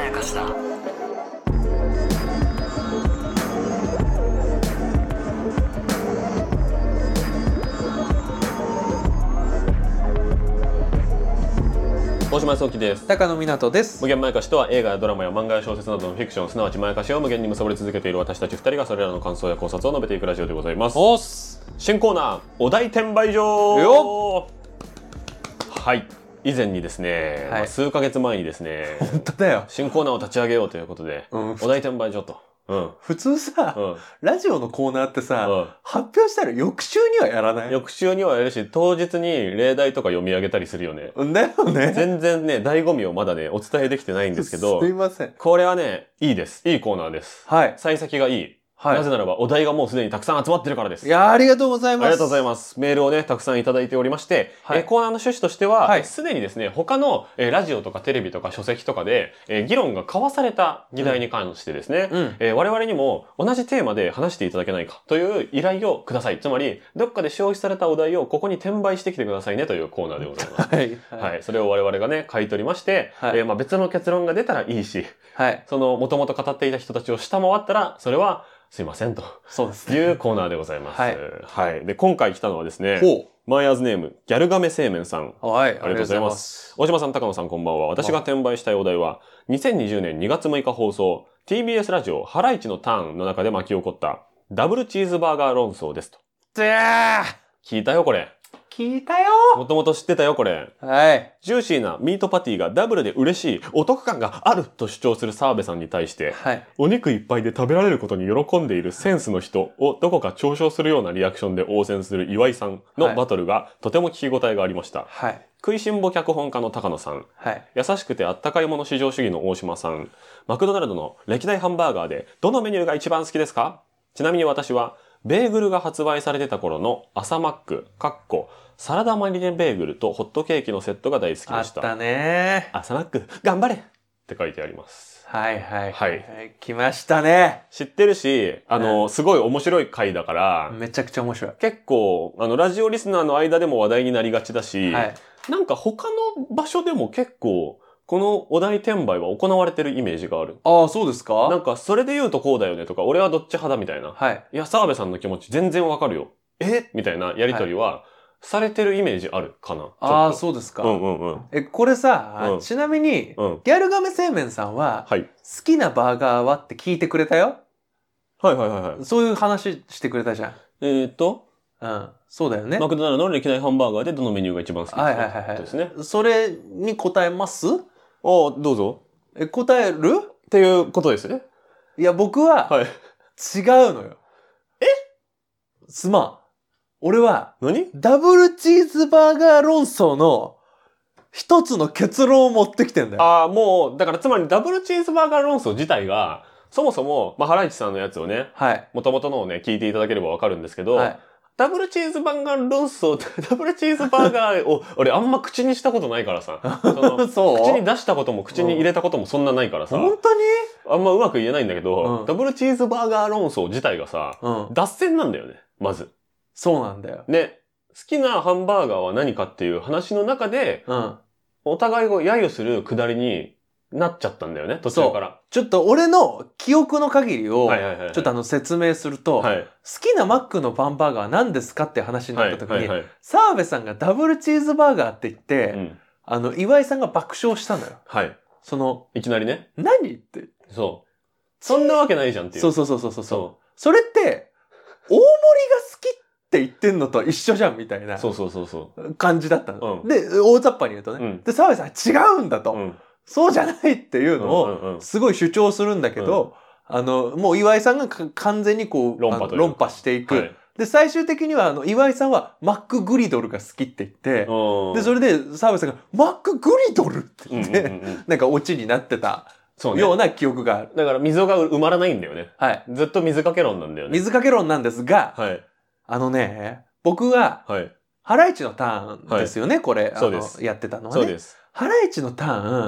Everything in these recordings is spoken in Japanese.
やかしだ。 大島康之です。 高野湊です。 無限まやかしとは映画やドラマや漫画や小説などのフィクション、すなわちまやかしを無限に結び続けている私たち2人がそれらの感想や考察を述べていくラジオでございます。 おっす。 新コーナーお題転売所よっ。はい、以前にですね、 はい数ヶ月前にですね本当だよ。 新コーナーを立ち上げようということで、 うん、 お題転売所と、 普通さ、ラジオのコーナーってさ、発表したら翌週にはやらない？ 翌週にはやるし、当日に例題とか読み上げたりするよね。 だよね。 全然ね、醍醐味をまだね、お伝えできてないんですけど、 すいません。 これはね、いいです。いいコーナーです。 はい。 幸先がいい。 はい。 なぜならば、お題がもうすでにたくさん集まってるからです。 いやー、ありがとうございます。 ありがとうございます。メールをね、たくさんいただいておりまして、 はい、 コーナーの趣旨としては、 はい、 すでにですね、他の、ラジオとかテレビとか書籍とかで、議論が交わされた議題に関してですね、我々にも同じテーマで話していただけないかという依頼をください。つまり、どっかで消費されたお題をここに転売してきてくださいねというコーナーでございます。 はい。 はい。それを我々がね、買い取りまして、はい、別の結論が出たらいいし、はい。その、もともと語っていた人たちを下回ったら、それは、すいませんと。 そうですね。 いうコーナーでございます。はい。はい。で、今回来たのはですね、マイヤーズネーム、ギャルガメ製麺さん。 はい。ありがとうございます。大島さん、高野さん、こんばんは。私が転売したいお題は、2020年2月6日放送、TBS ラジオ、ハライチのターンの中で巻き起こった、ダブルチーズバーガー論争ですと。聞いたよ、これ。 聞いたよ。 もともと知ってたよ、これ。 はい。 ジューシーなミートパティがダブルで嬉しい、お得感があると主張する澤部さんに対して、はい、お肉いっぱいで食べられることに喜んでいるセンスの人をどこか嘲笑するようなリアクションで応戦する岩井さんのバトルがとても聞き応えがありました。はい、食いしん坊脚本家の高野さん、はい、優しくてあったかいもの至上主義の大島さん、マクドナルドの歴代ハンバーガーでどのメニューが一番好きですか？ちなみに私は、ベーグルが発売されてた頃の朝マック、サラダマリネベーグルとホットケーキのセットが大好きでした。 あったねー。 朝マック、頑張れって書いてあります。 はいはいはい。来ましたね。 知ってるし、すごい面白い回だから。 めちゃくちゃ面白い。 結構、ラジオリスナーの間でも話題になりがちだし、はい、なんか他の場所でも結構、このお題転売は行われてるイメージがある。 ああ、そうですか？ なんか、それで言うとこうだよねとか、俺はどっち派だみたいな。はい。いや、澤部さんの気持ち全然わかるよ。みたいなやりとりは、されてるイメージあるかな。 ああ、そうですか。これさ、ちなみに、ギャルガメ製麺さんは、好きなバーガーはって聞いてくれたよ。 はいはいはいはい。 そういう話してくれたじゃん。そうだよね。 マクドナルドの歴代ハンバーガーでどのメニューが一番好きですか？はいはいはい。ですね。 それに答えます？ どうぞ。 答える？ っていうことですね。 いや、僕は、違うのよ。すまん。俺は、ダブルチーズバーガー論争の一つの結論を持ってきてんだよ。 ああ、もう、だからつまりダブルチーズバーガー論争自体が、そもそも、ハライチさんのやつをね、元々のをね、聞いていただければわかるんですけど、ダブルチーズバーガー論争、ダブルチーズバーガーを、俺あんま口にしたことないからさ。 そう口に出したことも口に入れたこともそんなないからさ。 本当に？ あんまうまく言えないんだけど、ダブルチーズバーガー論争自体がさ、脱線なんだよね、まず。 そうなんだよ。 で、好きなハンバーガーは何かっていう話の中で、お互いを揶揄するくだりになっちゃったんだよね、途中から。 ちょっと俺の記憶の限りを、ちょっと説明すると、好きなマックのパンバーガーは何ですかって話になった時に、澤部さんがダブルチーズバーガーって言って、岩井さんが爆笑したのよ。はい。 いきなりね。 何って。 そう。そんなわけないじゃんっていう。 そう。それって、大盛りが好きって言ってんのと一緒じゃんみたいな。感じだったの。で、大雑把に言うとね。で、澤部さん違うんだと。そうじゃないっていうのを、すごい主張するんだけど、もう岩井さんが完全にこう、論破していく。で、最終的には、岩井さんは、マックグリドルが好きって言って、で、それで、澤部さんが、マックグリドルって言って、なんかオチになってた。ような記憶がある。 だから溝が埋まらないんだよね。はい。ずっと水かけ論なんだよね。 水かけ論なんですが、僕は、ハライチのターンですよね、これ。 そうです。 やってたのはね。 そうです。 ハライチのターン、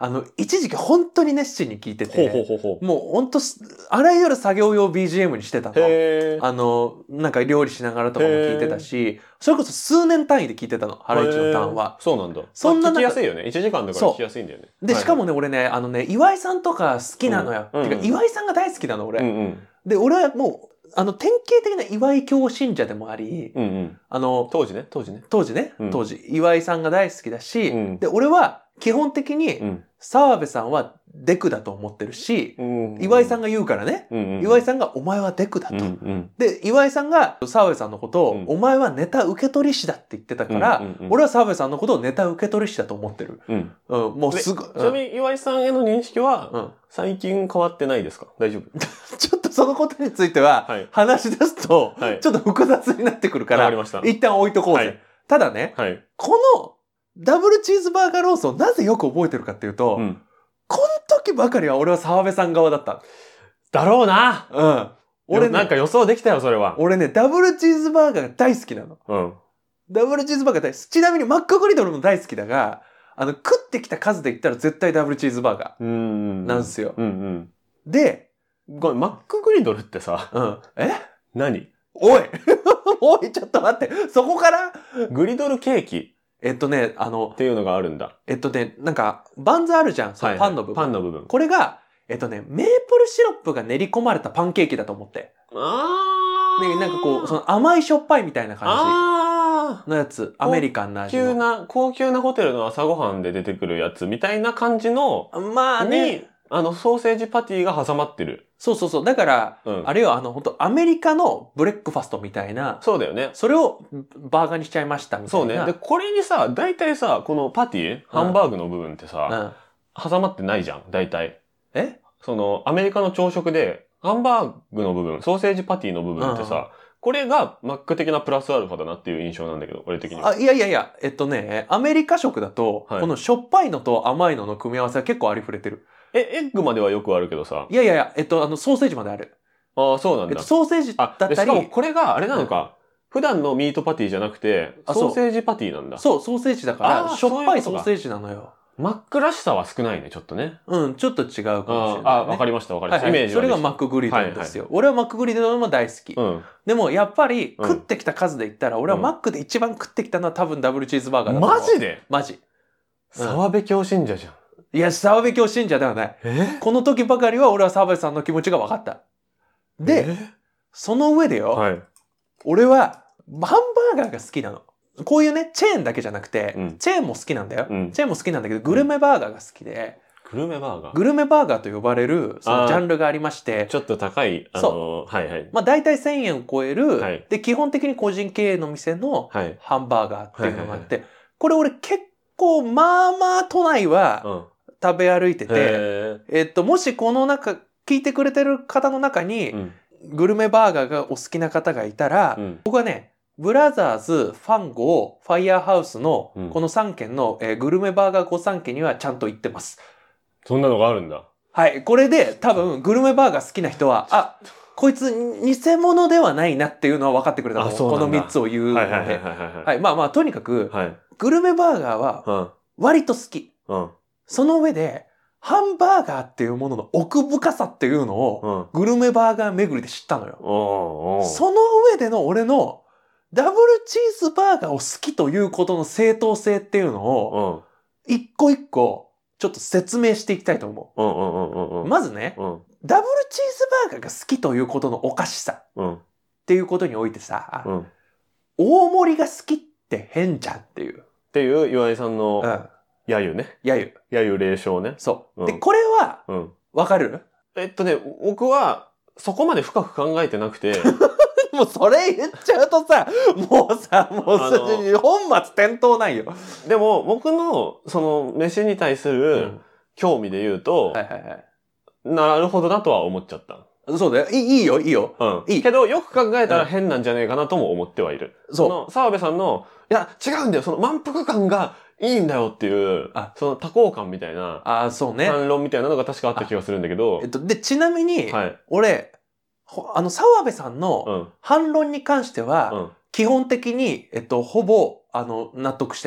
一時期本当に熱心に聞いてて、もう本当、あらゆる作業用 BGM にしてたの。なんか料理しながらとかも聞いてたし、それこそ数年単位で聞いてたの、ハライチのターンは。 そうなんだ。そんな聞きやすいよね。1時間だから聞きやすいんだよね。 で、しかもね、俺ね、岩井さんとか好きなのよ。てか、岩井さんが大好きなの、俺。で、俺はもう、典型的な岩井教信者でもあり、 当時ね。 当時、岩井さんが大好きだし、で、俺は基本的に、澤部さんはデクだと思ってるし、岩井さんが言うからね、岩井さんがお前はデクだと。で、岩井さんが澤部さんのことを、お前はネタ受け取り師だって言ってたから、俺は澤部さんのことをネタ受け取り師だと思ってる。もうすぐ。 ちなみに岩井さんへの認識は、最近変わってないですか？大丈夫？ ちょっとそのことについては、話し出すと、ちょっと複雑になってくるから、一旦置いとこうぜ。ただね、このダブルチーズバーガーロースをなぜよく覚えてるかっていうと、この時ばかりは俺は澤部さん側だった。 だろうな。俺なんか予想できたよ、それは。 俺ね、ダブルチーズバーガーが大好きなの。ダブルチーズバーガー大好き。ちなみにマックグリドルも大好きだが、食ってきた数で言ったら絶対ダブルチーズバーガーなんですよ。で、 マックグリドルってさ、何？ おいおい、ちょっと待って。そこからグリドルケーキっていうのがあるんだ。 なんか、バンズあるじゃん。そのパンの部分。 パンの部分。 これが、メープルシロップが練り込まれたパンケーキだと思って。で、なんかこう、その甘いしょっぱいみたいな感じのやつ。アメリカンな味の。 高級なホテルの朝ごはんで出てくるやつみたいな感じの、 まあね。 ソーセージパティが挟まってる。 そう。だから、あれよ、本当アメリカのブレックファストみたいな。 そうだよね。 それをバーガーにしちゃいましたみたいな。 そうね。で、これにさ、大体さ、このパティ、ハンバーグの部分ってさ、挟まってないじゃん、大体。アメリカの朝食で、ハンバーグの部分、ソーセージパティの部分ってさ、これがマック的なプラスアルファだなっていう印象なんだけど、俺的には。 いや、アメリカ食だと、このしょっぱいのと甘いのの組み合わせは結構ありふれてる。 エッグまではよくあるけどさ。 いや、ソーセージまである。 ああ、そうなんだ。 ソーセージだったり。 しかもこれがあれなのか。普段のミートパティじゃなくて、ソーセージパティなんだ。 そう、ソーセージだから、しょっぱいソーセージなのよ。 マックらしさは少ないね、ちょっとね。 ちょっと違うかもしれない。 わかりました。イメージは。 それがマックグリドルですよ。俺はマックグリドルも大好き。でも、やっぱり、食ってきた数で言ったら、俺はマックで一番食ってきたのは多分ダブルチーズバーガーだと思う。 マジで？ マジ。 澤部教信者じゃん。 いや、澤部教信者ではない。この時ばかりは俺は澤部さんの気持ちが分かった。で、その上でよ、俺はハンバーガーが好きなの。こういうね、チェーンだけじゃなくて、チェーンも好きなんだよ。チェーンも好きなんだけど、グルメバーガーが好きで、 グルメバーガー？ グルメバーガーと呼ばれる、そのジャンルがありまして、 ちょっと高い、 まあ大体1000円を超える、で、基本的に個人経営の店のハンバーガーっていうのがあって、これ俺結構、まあまあ都内は、食べ歩いてて、もしこの中、聞いてくれてる方の中に、グルメバーガーがお好きな方がいたら、僕はね、ブラザーズ、ファンゴ、ファイヤーハウスの、この3軒の、グルメバーガー御三家にはちゃんと行ってます。 そんなのがあるんだ。 はい。これで多分、グルメバーガー好きな人は、こいつ偽物ではないなっていうのは分かってくれたと思う。この3つを言うので。はい。まあまあ、とにかく、グルメバーガーは、割と好き。その上で、ハンバーガーっていうものの奥深さっていうのを、グルメバーガー巡りで知ったのよ。その上での俺の、ダブルチーズバーガーを好きということの正当性っていうのを、一個一個、ちょっと説明していきたいと思う。まずね、ダブルチーズバーガーが好きということのおかしさっていうことにおいてさ、大盛りが好きって変じゃんっていう。 っていう岩井さんの、揶揄ね。揶揄霊障ね。 そう。で、これは、わかる？ 僕は、そこまで深く考えてなくて、 もうそれ言っちゃうとさ、もう本末転倒ないよ。 でも、僕の、飯に対する興味で言うと、なるほどなとは思っちゃった。 そうだよ。いいよ。 いい。けど、よく考えたら変なんじゃねえかなとも思ってはいる。澤部さんの、いや、違うんだよ。満腹感がいいんだよっていう、多幸感みたいな、 そうね。 反論みたいなのが確かあった気がするんだけど。 で、ちなみに、俺、澤部さんの反論に関しては、基本的に、ほぼ、納得してない。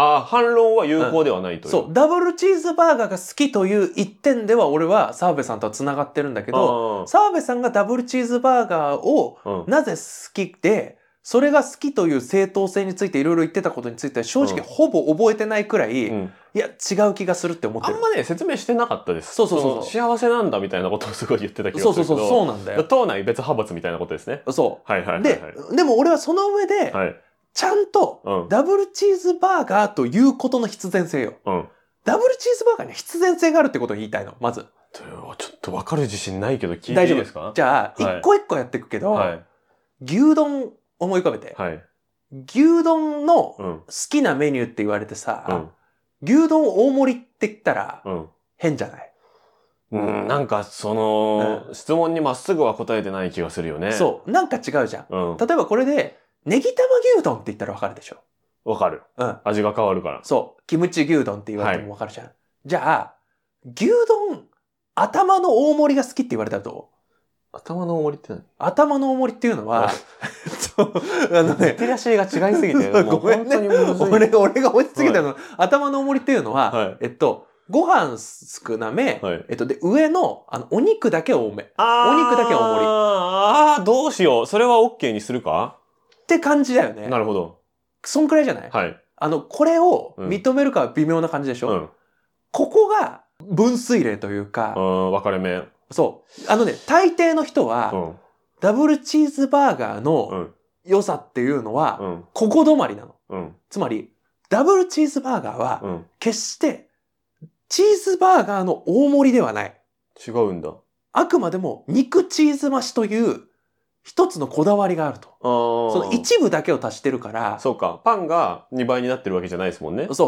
反論は有効ではないという。 そう。ダブルチーズバーガーが好きという一点では俺は澤部さんとは繋がってるんだけど、澤部さんがダブルチーズバーガーをなぜ好きで、それが好きという正当性についていろいろ言ってたことについては正直ほぼ覚えてないくらい、いや違う気がするって思ってる。 あんまね説明してなかったです。 そう幸せなんだみたいなことをすごい言ってた気がするけど。 そうなんだよ。 党内別派閥みたいなことですね。 そう。 はいはいはい、 でも俺はその上で、ちゃんとダブルチーズバーガーということの必然性よ。ダブルチーズバーガーに必然性があるってことを言いたいの、まず。 ちょっと分かる自信ないけど聞いていいですか？ じゃあ、一個一個やっていくけど、牛丼思い浮かべて。牛丼の好きなメニューって言われてさ、牛丼大盛りって言ったら変じゃない？ なんか質問にまっすぐは答えてない気がするよね。 そう。なんか違うじゃん。例えばこれで、ネギ玉牛丼って言ったらわかるでしょ？ わかる。味が変わるから。 そう。キムチ牛丼って言われてもわかるじゃん。じゃあ、牛丼、頭の大盛りが好きって言われたらどう？ 頭の大盛りって何？ 頭の大盛りっていうのは、 リテラシーが違いすぎて、 ごめんね。俺が落ちすぎたの。頭の大盛りっていうのは、ご飯少なめ、で、上の、お肉だけ多め。お肉だけ大盛り。 どうしよう。それは OK にするか？ って感じだよね。 なるほど。 そんくらいじゃない？これを認めるかは微妙な感じでしょ？ここが分水嶺というか、 分かれ目。 そう。大抵の人は、ダブルチーズバーガーの良さっていうのは、ここ止まりなの。つまり、ダブルチーズバーガーは、決して、チーズバーガーの大盛りではない。 違うんだ。 あくまでも、肉チーズ増しという、一つのこだわりがあると。その一部だけを足してるから。 そうか。パンが2倍になってるわけじゃないですもんね。 そう。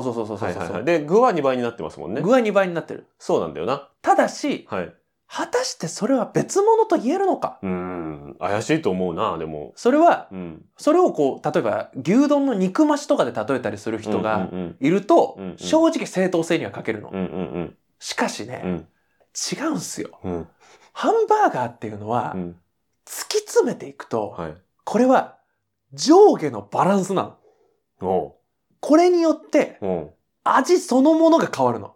で、具は2倍になってますもんね。 具は2倍になってる。 そうなんだよな。 ただし、果たしてそれは別物と言えるのか？ 怪しいと思うな、でも。 それは、それを例えば牛丼の肉増しとかで例えたりする人がいると、正直正当性には欠けるの。しかしね、違うんすよ。ハンバーガーっていうのは、突き詰めていくと、これは上下のバランスなの。これによって、味そのものが変わるの。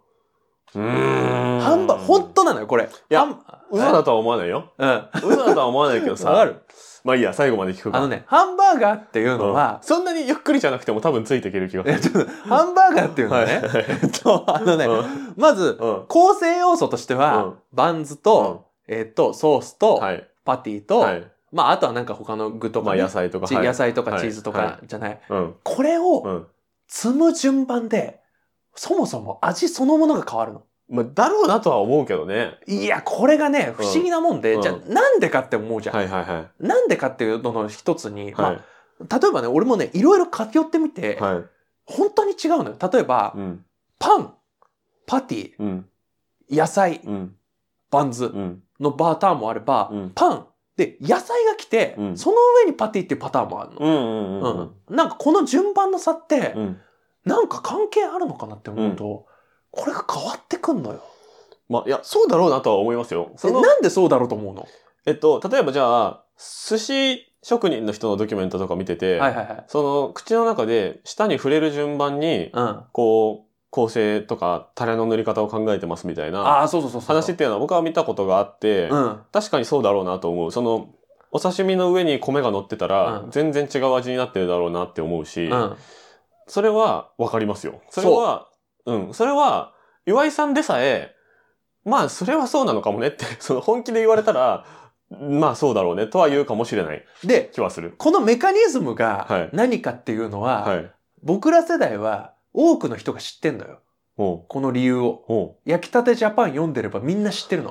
本当なのよ、これ。 いや、嘘だとは思わないよ。嘘だとは思わないけどさ。 わかる？ まあいいや、最後まで聞くか。 ハンバーガーっていうのは、 そんなにゆっくりじゃなくても多分ついていける気がする。 ハンバーガーっていうのはね、まず、構成要素としては、バンズと、ソースと、パティと、あとはなんか他の具とか、 野菜とかチーズとかじゃない。これを積む順番で、そもそも味そのものが変わるの。 だろうなとは思うけどね。 いや、これがね、不思議なもんで、じゃあなんでかって思うじゃん。なんでかっていうのの一つに、例えばね、俺もね、いろいろ書き寄ってみて、本当に違うのよ。例えば、パン、パティ、野菜、バンズのパターンもあれば、パン、で、野菜が来て、その上にパティっていうパターンもあるの。なんかこの順番の差って、なんか関係あるのかなって思うと、これが変わってくんのよ。 いや、そうだろうなとは思いますよ。 なんでそうだろうと思うの？ 例えばじゃあ、寿司職人の人のドキュメントとか見てて、口の中で舌に触れる順番に、構成とかタレの塗り方を考えてますみたいな話っていうのは僕は見たことがあって、確かにそうだろうなと思う。お刺身の上に米が乗ってたら、全然違う味になってるだろうなって思うし、それはわかりますよ。それは、岩井さんでさえ、それはそうなのかもねって、本気で言われたら、そうだろうねとは言うかもしれない気はする。 このメカニズムが何かっていうのは、僕ら世代は多くの人が知ってんのよ。この理由を。焼きたてジャパン読んでればみんな知ってるの。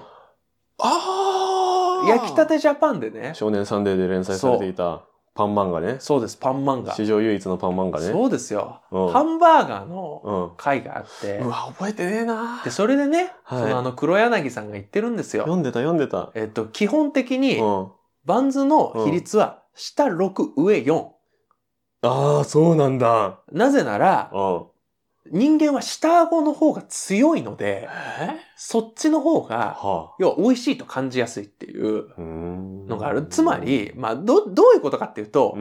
焼きたてジャパンでね。 少年サンデーで連載されていた。パン漫画ね。 そうです、パン漫画。 史上唯一のパン漫画ね。 そうですよ。ハンバーガーの回があって。 うわ、覚えてねえな。 で、それでね、黒柳さんが言ってるんですよ。 読んでた。 基本的に、バンズの比率は、下6、上4。 ああ、そうなんだ。 なぜなら、人間は下顎の方が強いので、そっちの方が、要は美味しいと感じやすいっていうのがある。つまり、どういうことかっていうと、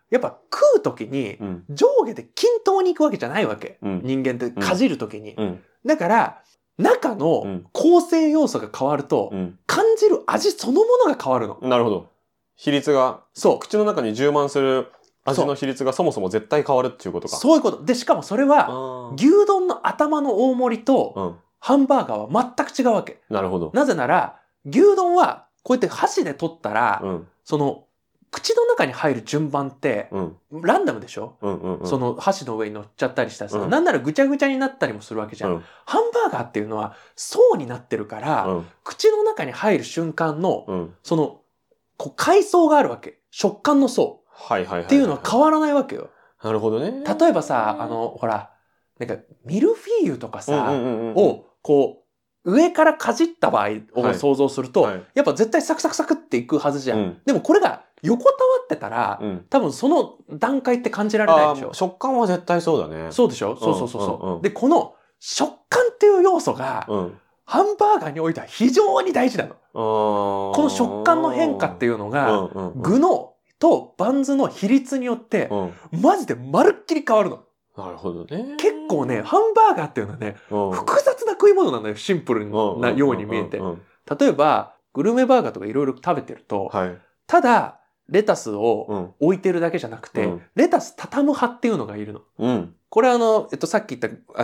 やっぱ食う時に上下で均等に行くわけじゃないわけ。人間ってかじる時に。だから、中の構成要素が変わると、感じる味そのものが変わるの。 なるほど。比率が、口の中に充満する味の比率がそもそも絶対変わるっていうことか。 そういうこと。で、しかもそれは、牛丼の頭の大盛りと、ハンバーガーは全く違うわけ。 なるほど。 なぜなら、牛丼は、こうやって箸で取ったら、その、口の中に入る順番って、ランダムでしょ、その箸の上に乗っちゃったりしたらさ、なんならぐちゃぐちゃになったりもするわけじゃん。ハンバーガーっていうのは層になってるから、口の中に入る瞬間の、その、こう階層があるわけ。食感の層。っていうのは変わらないわけよ。 なるほどね。 例えばさ、ほら、なんか、ミルフィーユとかさ、を、こう、上からかじった場合を想像すると、やっぱ絶対サクサクサクっていくはずじゃん。でもこれが横たわってたら、多分その段階って感じられないでしょ。 食感は絶対そうだね。 そうでしょ、そう。で、この食感っていう要素が、ハンバーガーにおいては非常に大事なの。この食感の変化っていうのが、具のとバンズの比率によって、マジでまるっきり変わるの。 なるほどね。 結構ね、ハンバーガーっていうのはね、複雑な食い物なのよ、シンプルなように見えて。例えば、グルメバーガーとかいろいろ食べてると、ただ、レタスを置いてるだけじゃなくて、レタス畳む派っていうのがいるの。これさっき言った、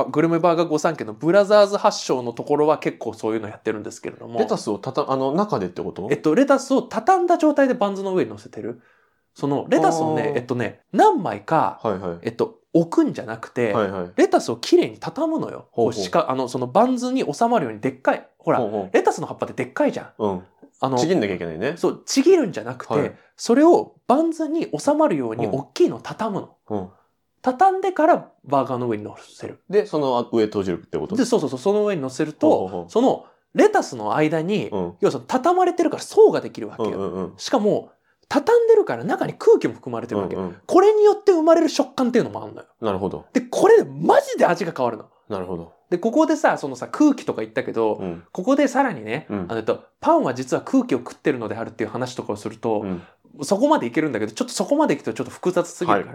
グルメバーガー御三家のブラザーズ発祥のところは結構そういうのやってるんですけれども。 レタスを中でってこと？ レタスを畳んだ状態でバンズの上に乗せてる。その、レタスをね、何枚か、置くんじゃなくて、レタスをきれいに畳むのよ。そのバンズに収まるようにでっかい。ほら、レタスの葉っぱってでっかいじゃん。 ちぎんなきゃいけないね。 そう、ちぎるんじゃなくて、それをバンズに収まるように大きいのを畳むの。畳んでからバーガーの上に乗せる。 で、その上閉じるってこと？ で、そう、その上に乗せると、そのレタスの間に、要は畳まれてるから層ができるわけよ。しかも、畳んでるから中に空気も含まれてるわけ。これによって生まれる食感っていうのもあるのよ。 なるほど。 で、これマジで味が変わるの。 なるほど。 で、ここでさ、空気とか言ったけど、ここでさらにね、パンは実は空気を食ってるのであるっていう話とかをすると、そこまでいけるんだけど、ちょっとそこまでいくとちょっと複雑すぎるから、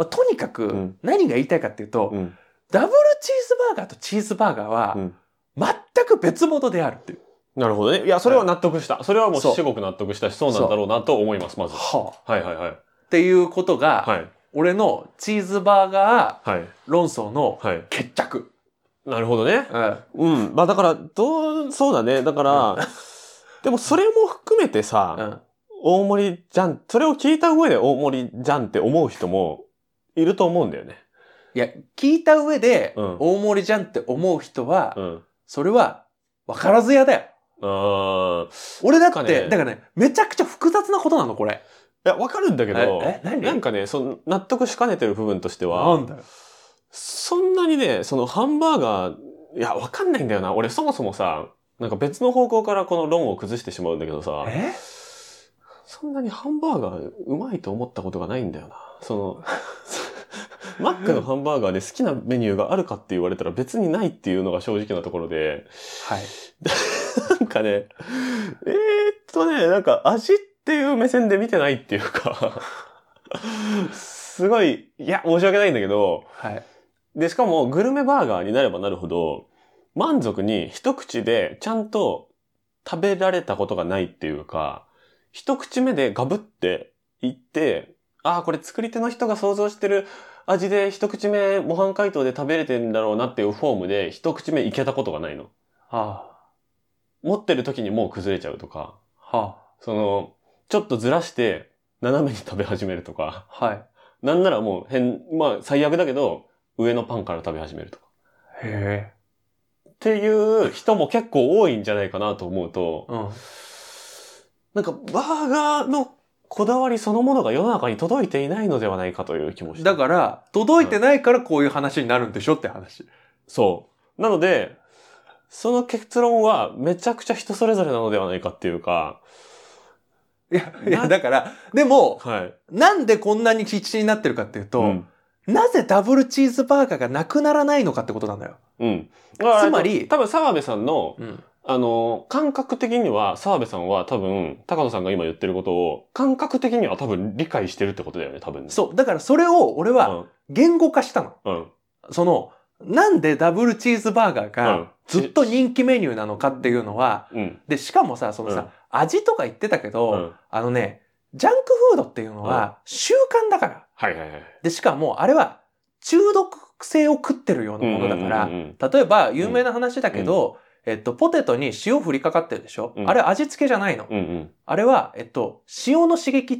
とにかく何が言いたいかっていうと、ダブルチーズバーガーとチーズバーガーは、全く別物であるっていう。 なるほどね。いや、それは納得した。それはもう至極納得したし、そうなんだろうなと思います、まず。 っていうことが、俺のチーズバーガー論争の決着。 なるほどね。まあだから、そうだね。だから、でもそれも含めてさ、大盛りじゃん、それを聞いた上で大盛りじゃんって思う人もいると思うんだよね。 いや、聞いた上で大盛りじゃんって思う人は、それは分からずやだよ。俺だって、だからね、めちゃくちゃ複雑なことなの、これ。 いや、わかるんだけど、なんかね、納得しかねてる部分としては、 なんだよ。 そんなにね、ハンバーガー、いや、わかんないんだよな。俺そもそもさ、なんか別の方向からこの論を崩してしまうんだけどさ、そんなにハンバーガーうまいと思ったことがないんだよな。マックのハンバーガーで好きなメニューがあるかって言われたら別にないっていうのが正直なところで、なんかね、なんか味っていう目線で見てないっていうか、すごい、いや、申し訳ないんだけど、で、しかもグルメバーガーになればなるほど、満足に一口でちゃんと食べられたことがないっていうか、一口目でガブっていって、これ作り手の人が想像してる味で一口目模範解答で食べれてるんだろうなっていうフォームで一口目いけたことがないの。持ってる時にもう崩れちゃうとか、ちょっとずらして斜めに食べ始めるとか、なんならもうまあ最悪だけど上のパンから食べ始めるとか。っていう人も結構多いんじゃないかなと思うと、なんかバーガーのこだわりそのものが世の中に届いていないのではないかという気もして。 だから、届いてないからこういう話になるんでしょって話。 そう。なので、その結論はめちゃくちゃ人それぞれなのではないかっていうか。 いや、だから、でも、なんでこんなに必死になってるかっていうと、なぜダブルチーズバーガーがなくならないのかってことなんだよ。 つまり、多分澤部さんの、 感覚的には、澤部さんは多分、高野さんが今言ってることを、感覚的には多分理解してるってことだよね、多分ね。 そう。だからそれを俺は言語化したの。うん。なんでダブルチーズバーガーがずっと人気メニューなのかっていうのは、うん、で、しかもさ、味とか言ってたけど、ジャンクフードっていうのは習慣だから。 はいはいはい。 で、しかもあれは中毒性を食ってるようなものだから、例えば有名な話だけど、ポテトに塩振りかかってるでしょ、あれ味付けじゃないの。あれは、塩の刺激って、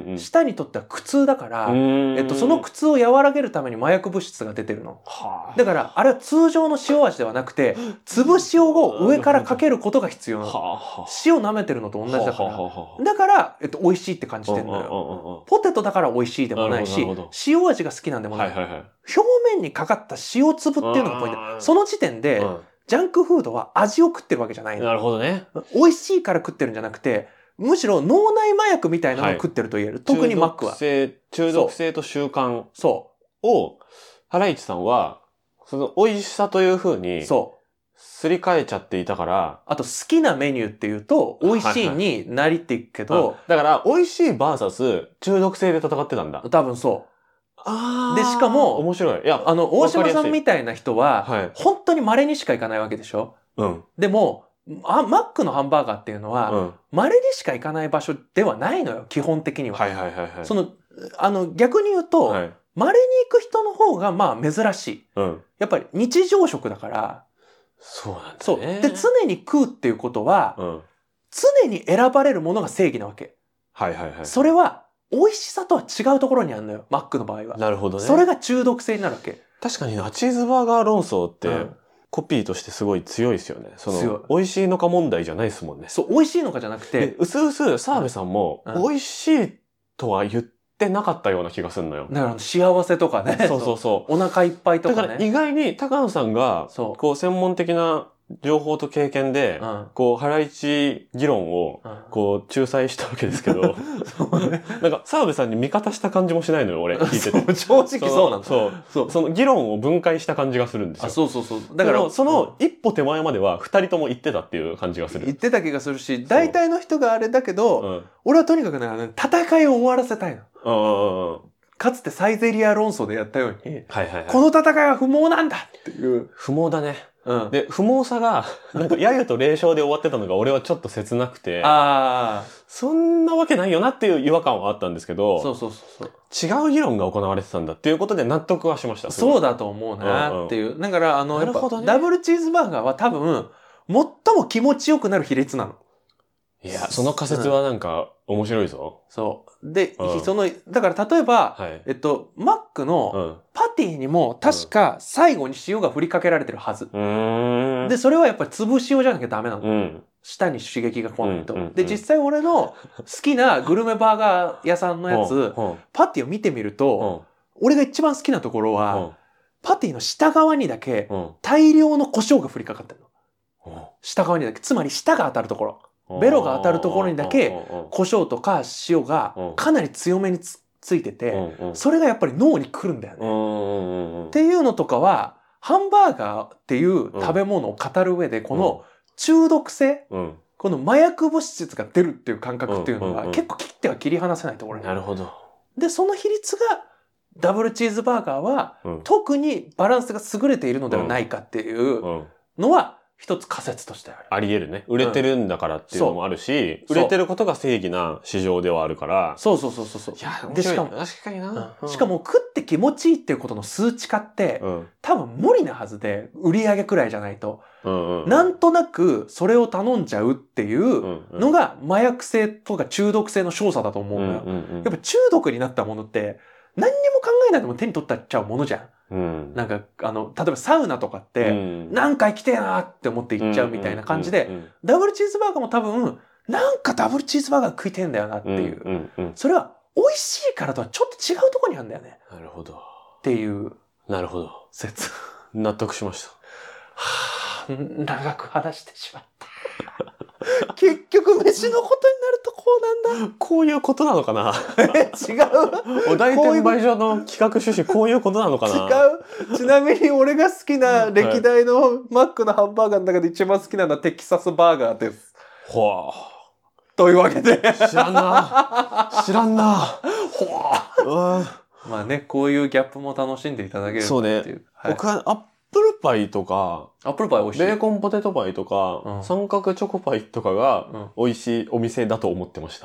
舌にとっては苦痛だから、その苦痛を和らげるために麻薬物質が出てるの。だから、あれは通常の塩味ではなくて、粒塩を上からかけることが必要なの。塩舐めてるのと同じだから。だから、美味しいって感じてんのよ。ポテトだから美味しいでもないし、塩味が好きなんでもない。表面にかかった塩粒っていうのがポイント。その時点で、ジャンクフードは味を食ってるわけじゃないの。 なるほどね。 美味しいから食ってるんじゃなくて、むしろ脳内麻薬みたいなのを食ってると言える。特にマックは。 中毒性と習慣を、ハライチさんは、その美味しさという風に、すり替えちゃっていたから。 あと好きなメニューっていうと、美味しいになりっていくけど。 だから、美味しいバーサス中毒性で戦ってたんだ。 多分そう。で、しかも、 面白い。いや、 大島さんみたいな人は、本当に稀にしか行かないわけでしょ。うん。でも、マックのハンバーガーっていうのは、稀にしか行かない場所ではないのよ、基本的には。 はいはいはいはい。 逆に言うと、稀に行く人の方が、まあ、珍しい。うん。やっぱり日常食だから。 そうなんだね。 そう。で、常に食うっていうことは、常に選ばれるものが正義なわけ。 はいはいはい。 それは、美味しさとは違うところにあるのよ、マックの場合は。 なるほどね。 それが中毒性になるわけ。 確かにな、チーズバーガー論争って、コピーとしてすごい強いですよね。美味しいのか問題じゃないですもんね。 そう、美味しいのかじゃなくて。 うすうす、澤部さんも、美味しいとは言ってなかったような気がするのよ。 だから幸せとかね。 そうそうそう。 お腹いっぱいとかね。 だから意外に高野さんが、こう専門的な情報と経験で、こう、ハライチ議論を、こう、仲裁したわけですけど、なんか、澤部さんに味方した感じもしないのよ、俺、聞いてて。 正直そうなんだ。 そう。その議論を分解した感じがするんですよ。 そうそうそう。 だから、その一歩手前までは、二人とも言ってたっていう感じがする。 言ってた気がするし、大体の人があれだけど、俺はとにかくね、戦いを終わらせたいの。かつてサイゼリア論争でやったように、この戦いは不毛なんだっていう。 不毛だね。で、不毛さが、なんか、やゆと0勝で終わってたのが俺はちょっと切なくて、そんなわけないよなっていう違和感はあったんですけど、違う議論が行われてたんだっていうことで納得はしました。 そうだと思うなっていう。だから、やっぱ、ダブルチーズバーガーは多分、最も気持ちよくなる比率なの。 いや、その仮説はなんか、面白いぞ。 そう。で、だから例えば、マックのパティにも確か最後に塩が振りかけられてるはず。で、それはやっぱり粒塩じゃなきゃダメなの。舌に刺激が来ないと。で、実際俺の好きなグルメバーガー屋さんのやつ、パティを見てみると、俺が一番好きなところは、パティの下側にだけ大量の胡椒が振りかかってるの。下側にだけ。つまり舌が当たるところ。ベロが当たるところにだけ胡椒とか塩がかなり強めに ついてて、それがやっぱり脳に来るんだよね。っていうのとかは、ハンバーガーっていう食べ物を語る上で、この中毒性、この麻薬物質が出るっていう感覚っていうのが結構切っては切り離せないところに。 なるほど。 で、その比率がダブルチーズバーガーは特にバランスが優れているのではないかっていうのは、一つ仮説としてある。 あり得るね。売れてるんだからっていうのもあるし、売れてることが正義な市場ではあるから。 そう。いや、で、しかも、確かにな。 しかも食って気持ちいいっていうことの数値化って、多分無理なはずで、売り上げくらいじゃないと。なんとなくそれを頼んじゃうっていうのが麻薬性とか中毒性の少佐だと思うのよ。やっぱ中毒になったものって、何にも考えないでも手に取っちゃうものじゃん。なんか、例えばサウナとかって、何回来てえなって思って行っちゃうみたいな感じで、ダブルチーズバーガーも多分、なんかダブルチーズバーガー食いてえんだよなっていう。それは、美味しいからとはちょっと違うところにあるんだよね。 なるほど。 っていう。 なるほど。 説。 納得しました。 長く話してしまった。結局局飯のことになるとこうなんだ。 こういうことなのかな。 違う。 お題転売所の企画趣旨こういうことなのかな。 違う。ちなみに俺が好きな歴代のマックのハンバーガーの中で一番好きなのはテキサスバーガーです。 ほう。というわけで知らんな。知らんな。 ほう。まあね、こういうギャップも楽しんでいただけるっていう。 そうね。はい、僕はアップルパイとか、 アップルパイ美味しい。 ベーコンポテトパイとか、三角チョコパイとかが美味しいお店だと思ってました。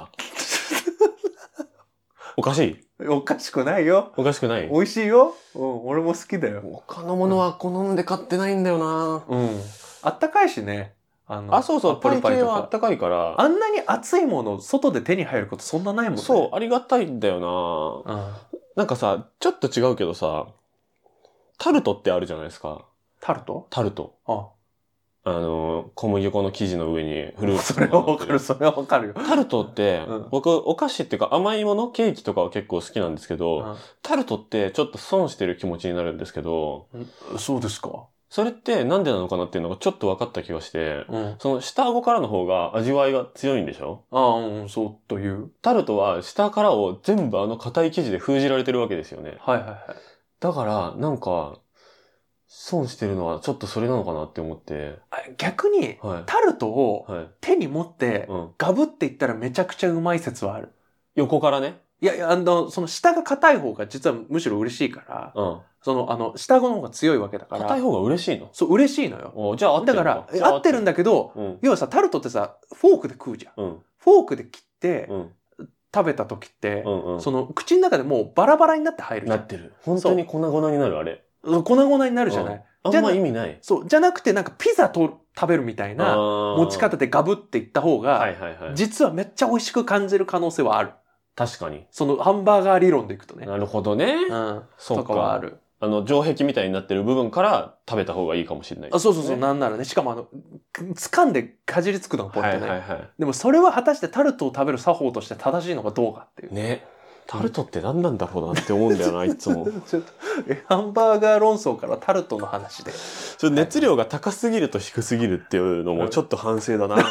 おかしい？ おかしくないよ。 おかしくない？ 美味しいよ。俺も好きだよ。 他のものは好んで買ってないんだよな。 あったかいしね。 そうそう、パイ系はあったかいから。 あんなに熱いもの外で手に入ることそんなないもんね。 そう、ありがたいんだよな。なんかさ、ちょっと違うけどさ、タルトってあるじゃないですか。 タルト？ タルト。小麦粉の生地の上にフルーツ。 それはわかる、それはわかるよ。 タルトって、僕、お菓子っていうか甘いもの、ケーキとかは結構好きなんですけど、タルトってちょっと損してる気持ちになるんですけど、 そうですか。 それってなんでなのかなっていうのがちょっと分かった気がして、その下顎からの方が味わいが強いんでしょ？ そうという。 タルトは下からを全部硬い生地で封じられてるわけですよね。 はいはいはい。 だから、なんか、損してるのはちょっとそれなのかなって思って。 逆に、タルトを手に持って、ガブっていったらめちゃくちゃうまい説はある。 横からね。 いや、その下が硬い方が実はむしろ嬉しいから、下顎の方が強いわけだから。 硬い方が嬉しいの？ そう、嬉しいのよ。 じゃあ合ってるのか。 だから、合ってるんだけど、要はさ、タルトってさ、フォークで食うじゃん。フォークで切って、食べた時って、その口の中でもうバラバラになって入るじゃん。 なってる。本当に粉々になるあれ。 粉々になるじゃない。 あんま意味ない。 そう。じゃなくてなんかピザと食べるみたいな持ち方でガブっていった方が、実はめっちゃ美味しく感じる可能性はある。 確かに。 そのハンバーガー理論でいくとね。 なるほどね。 そうとかはある。 城壁みたいになってる部分から食べた方がいいかもしれない、 ね。そうそうそう。なんならね。しかも掴んでかじりつくのがポイントね。でもそれは果たしてタルトを食べる作法として正しいのかどうかっていう。 ね。タルトって何なんだろうなって思うんだよな、いつも。 ハンバーガー論争からタルトの話で。 熱量が高すぎると低すぎるっていうのもちょっと反省だな。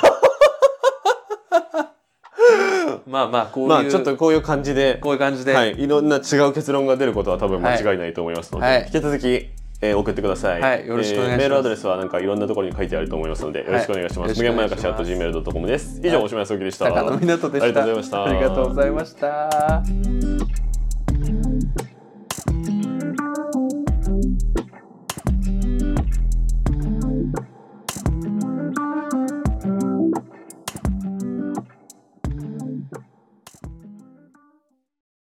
まあこういう。 ちょっとこういう感じで。 こういう感じで。 はい。いろんな違う結論が出ることは多分間違いないと思いますので、引き続き、送ってください。 はい。よろしくお願いします。 メールアドレスはなんかいろんなところに書いてあると思いますので、よろしくお願いします。無限まやかし@gmail.com です。以上、おしまいすおきでした。 高野湊でした。 ありがとうございました。 ありがとうございました。